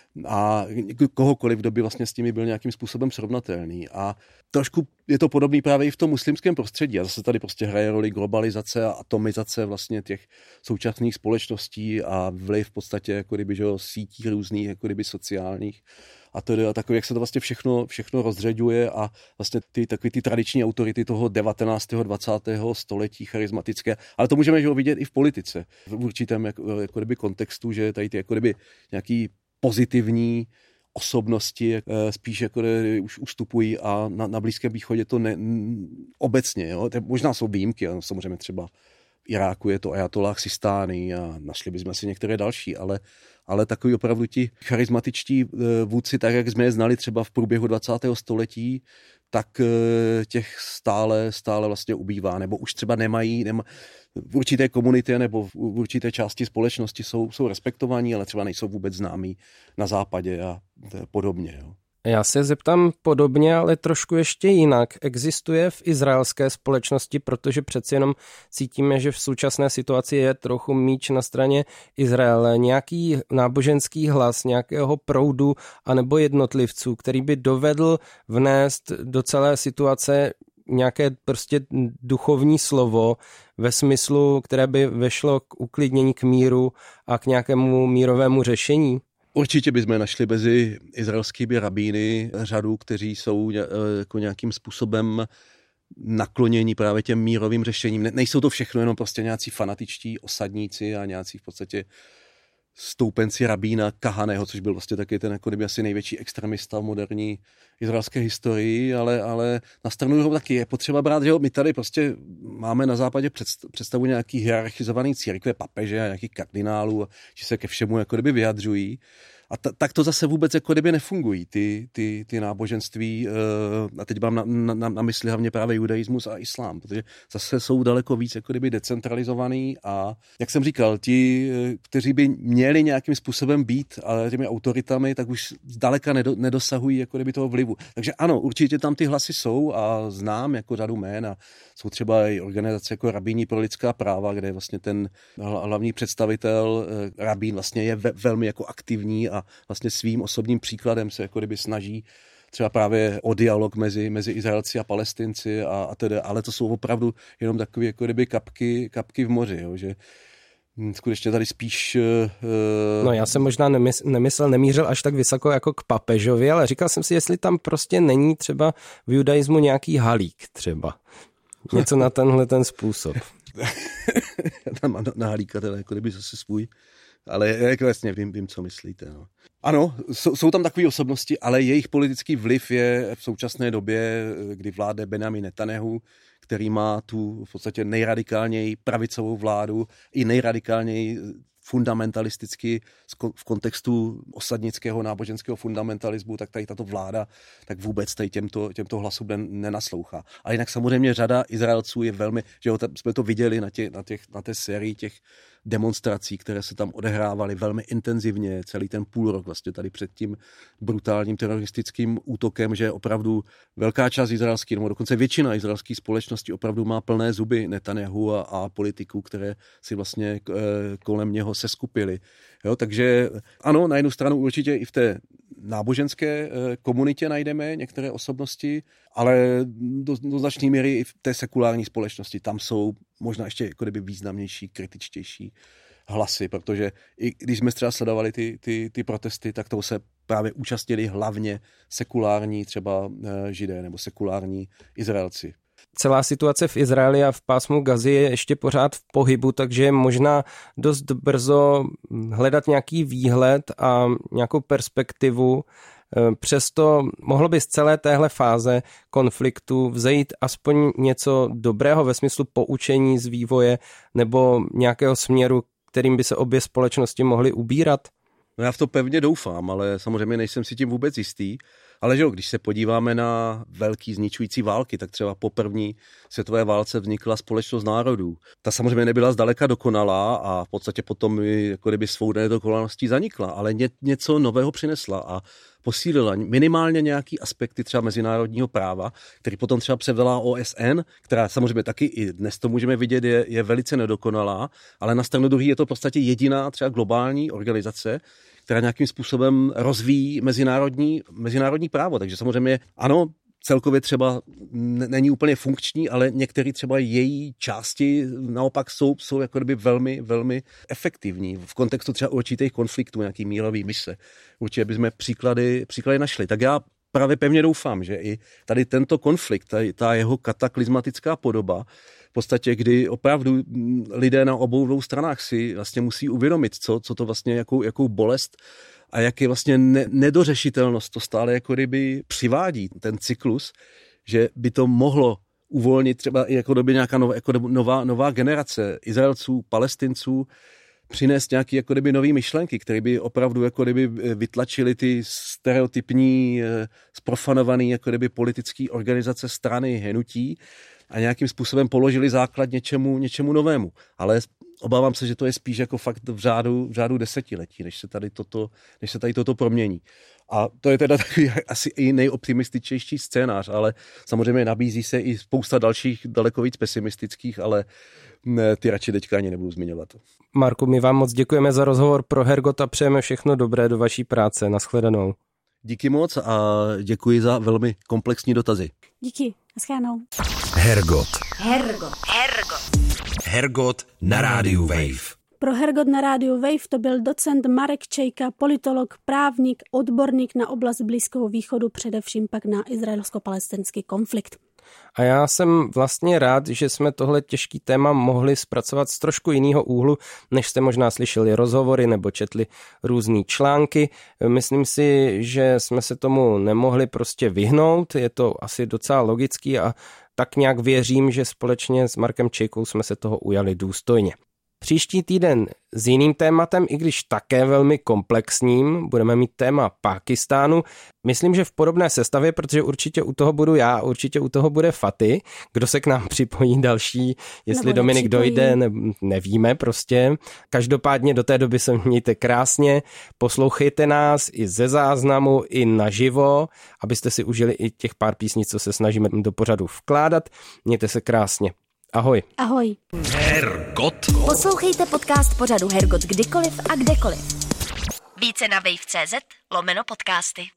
a kohokoliv, kdo by vlastně s nimi byl nějakým způsobem srovnatelný. A trošku je to podobný právě i v tom muslimském prostředí. A zase tady prostě hraje roli globalizace a atomizace vlastně těch současných společností a vliv v podstatě jako kdyby, že sítí různých, jako kdyby sociálních. A takový, jak se to vlastně všechno rozřeďuje a vlastně takový ty tradiční autority toho 19. 20. století charismatické, ale to můžeme vidět i v politice. V určitém jako kdyby kontextu, že tady ty jako kdyby nějaký pozitivní osobnosti spíš jako už ustupují a na Blízkém východě to obecně. Jo? Možná jsou výjimky, samozřejmě třeba v Iráku je to Ajatollah Sistány a našli bychom si některé další, ale takový opravdu ti charismatičtí vůdci, tak jak jsme je znali třeba v průběhu 20. století, tak těch stále vlastně ubývá, nebo už třeba nemají v určité komunitě nebo v určité části společnosti jsou respektovaní, ale třeba nejsou vůbec známí na západě a podobně. Jo. Já se zeptám podobně, ale trošku ještě jinak. Existuje v izraelské společnosti, protože přeci jenom cítíme, že v současné situaci je trochu míč na straně Izraele, nějaký náboženský hlas nějakého proudu anebo jednotlivců, který by dovedl vnést do celé situace nějaké prostě duchovní slovo ve smyslu, které by vešlo k uklidnění, k míru a k nějakému mírovému řešení? Určitě bychom našli mezi izraelskými rabíny řadu, kteří jsou jako nějakým způsobem naklonění právě těm mírovým řešením. Nejsou to všechno jenom prostě nějací fanatičtí osadníci a nějací v podstatě stoupenci rabína Kahaného, což byl vlastně taky ten jako kdyby asi největší extremista v moderní izraelské historii, ale na stranu druhou taky je potřeba brát, že my tady prostě máme na západě představu nějaký hierarchizovaný církve, papeže a nějakých kardinálů, že se ke všemu jako kdyby vyjadřují. A tak to zase vůbec jako kdyby nefungují, ty náboženství, a teď mám na mysli hlavně právě judaismus a islám, protože zase jsou daleko víc jako kdyby decentralizovaný a jak jsem říkal, ti, kteří by měli nějakým způsobem být těmi autoritami, tak už zdaleka nedosahují jako kdyby toho vlivu. Takže ano, určitě tam ty hlasy jsou a znám jako řadu jmén a jsou třeba i organizace jako Rabíni pro lidská práva, kde vlastně ten hlavní představitel rabín vlastně je velmi jako aktivní a vlastně svým osobním příkladem se jako kdyby snaží třeba právě o dialog mezi Izraelci a Palestinci a tedy, ale to jsou opravdu jenom takové jako kdyby kapky v moři, jo, že skutečně tady spíš... No já jsem možná nemířil až tak vysoko jako k papežovi, ale říkal jsem si, jestli tam prostě není třeba v judaismu nějaký halík třeba. Něco na tenhle ten způsob. Tam na halíka teda jako kdyby zase svůj. Ale jako vlastně vím, co myslíte. No. Ano, jsou tam takové osobnosti, ale jejich politický vliv je v současné době, kdy vládne Benjamin Netanyahu, který má tu v podstatě nejradikálněji pravicovou vládu i nejradikálněji fundamentalisticky v kontextu osadnického náboženského fundamentalismu, tak tady tato vláda tak vůbec tady těmto hlasům nenaslouchá. A jinak samozřejmě řada Izraelců je velmi, že jsme to viděli na té sérii těch demonstrací, které se tam odehrávaly velmi intenzivně celý ten půl rok vlastně tady před tím brutálním teroristickým útokem, že opravdu velká část izraelských, nebo dokonce většina izraelských společností opravdu má plné zuby Netanyahu a politiků, které si vlastně kolem něho seskupily. Jo, takže ano, na jednu stranu určitě i v té náboženské komunitě najdeme některé osobnosti, ale do značné míry i v té sekulární společnosti. Tam jsou možná ještě jako kdyby významnější, kritičtější hlasy, protože i když jsme třeba sledovali ty protesty, tak toho se právě účastnili hlavně sekulární třeba Židé nebo sekulární Izraelci. celá situace v Izraeli a v pásmu Gazy je ještě pořád v pohybu, takže je možná dost brzo hledat nějaký výhled a nějakou perspektivu. Přesto mohlo by z celé téhle fáze konfliktu vzejít aspoň něco dobrého ve smyslu poučení z vývoje nebo nějakého směru, kterým by se obě společnosti mohly ubírat? No já v to pevně doufám, ale samozřejmě nejsem si tím vůbec jistý. Ale že jo, když se podíváme na velký zničující války, tak třeba po první světové válce vznikla Společnost národů. Ta samozřejmě nebyla zdaleka dokonalá a v podstatě potom jako kdyby svou nedokonalostí zanikla, ale něco nového přinesla a posílila minimálně nějaký aspekty třeba mezinárodního práva, který potom třeba převzala OSN, která samozřejmě taky i dnes to můžeme vidět, je velice nedokonalá, ale na stranu druhé je to v podstatě jediná třeba globální organizace, která nějakým způsobem rozvíjí mezinárodní právo. Takže samozřejmě ano, celkově třeba není úplně funkční, ale některé třeba její části naopak jsou jako kdyby velmi, velmi efektivní v kontextu třeba určitých konfliktů, nějaký mírový mise. Určitě bychom příklady našli. Tak já právě pevně doufám, že i tady tento konflikt, ta jeho kataklizmatická podoba, v podstatě, kdy opravdu lidé na obou dvou stranách si vlastně musí uvědomit, co to vlastně, jakou bolest a jak je vlastně nedořešitelnost to stále jako kdyby přivádí ten cyklus, že by to mohlo uvolnit třeba i jako doby nějaká nová generace Izraelců, Palestinců, přinést nějaké jako kdyby nový myšlenky, které by opravdu jako kdyby vytlačily ty stereotypní, zprofanované jako kdyby politické organizace, strany, hnutí a nějakým způsobem položili základ něčemu novému. Ale obávám se, že to je spíš jako fakt v řádu desetiletí, než se tady toto promění. A to je teda takový asi i nejoptimističtější scénář, ale samozřejmě nabízí se i spousta dalších daleko víc pesimistických, ale ty radši teďka ani nebudu zmiňovat. Marku, my vám moc děkujeme za rozhovor pro Hergot a přejeme všechno dobré do vaší práce. Nashledanou. Díky moc a děkuji za velmi komplexní dotazy. Díky, nashledanou. Hergot na rádiu Wave. Pro Hergot na rádiu Wave to byl docent Marek Čejka, politolog, právník, odborník na oblast Blízkého východu, především pak na izraelsko-palestinský konflikt. A já jsem vlastně rád, že jsme tohle těžký téma mohli zpracovat z trošku jiného úhlu, než jste možná slyšeli rozhovory nebo četli různý články. Myslím si, že jsme se tomu nemohli prostě vyhnout, je to asi docela logický a tak nějak věřím, že společně s Markem Čejkou jsme se toho ujali důstojně. Příští týden s jiným tématem, i když také velmi komplexním, budeme mít téma Pákistánu. Myslím, že v podobné sestavě, protože určitě u toho budu já, určitě u toho bude Faty. Kdo se k nám připojí další, jestli Dominik dojde, nevíme prostě. Každopádně do té doby se mějte krásně, poslouchejte nás i ze záznamu, i naživo, abyste si užili i těch pár písní, co se snažíme do pořadu vkládat. Mějte se krásně. Ahoj. Ahoj. Hergot. Poslouchejte podcast pořadu Hergot kdykoliv a kdekoliv. Více na wave.cz/podcasty.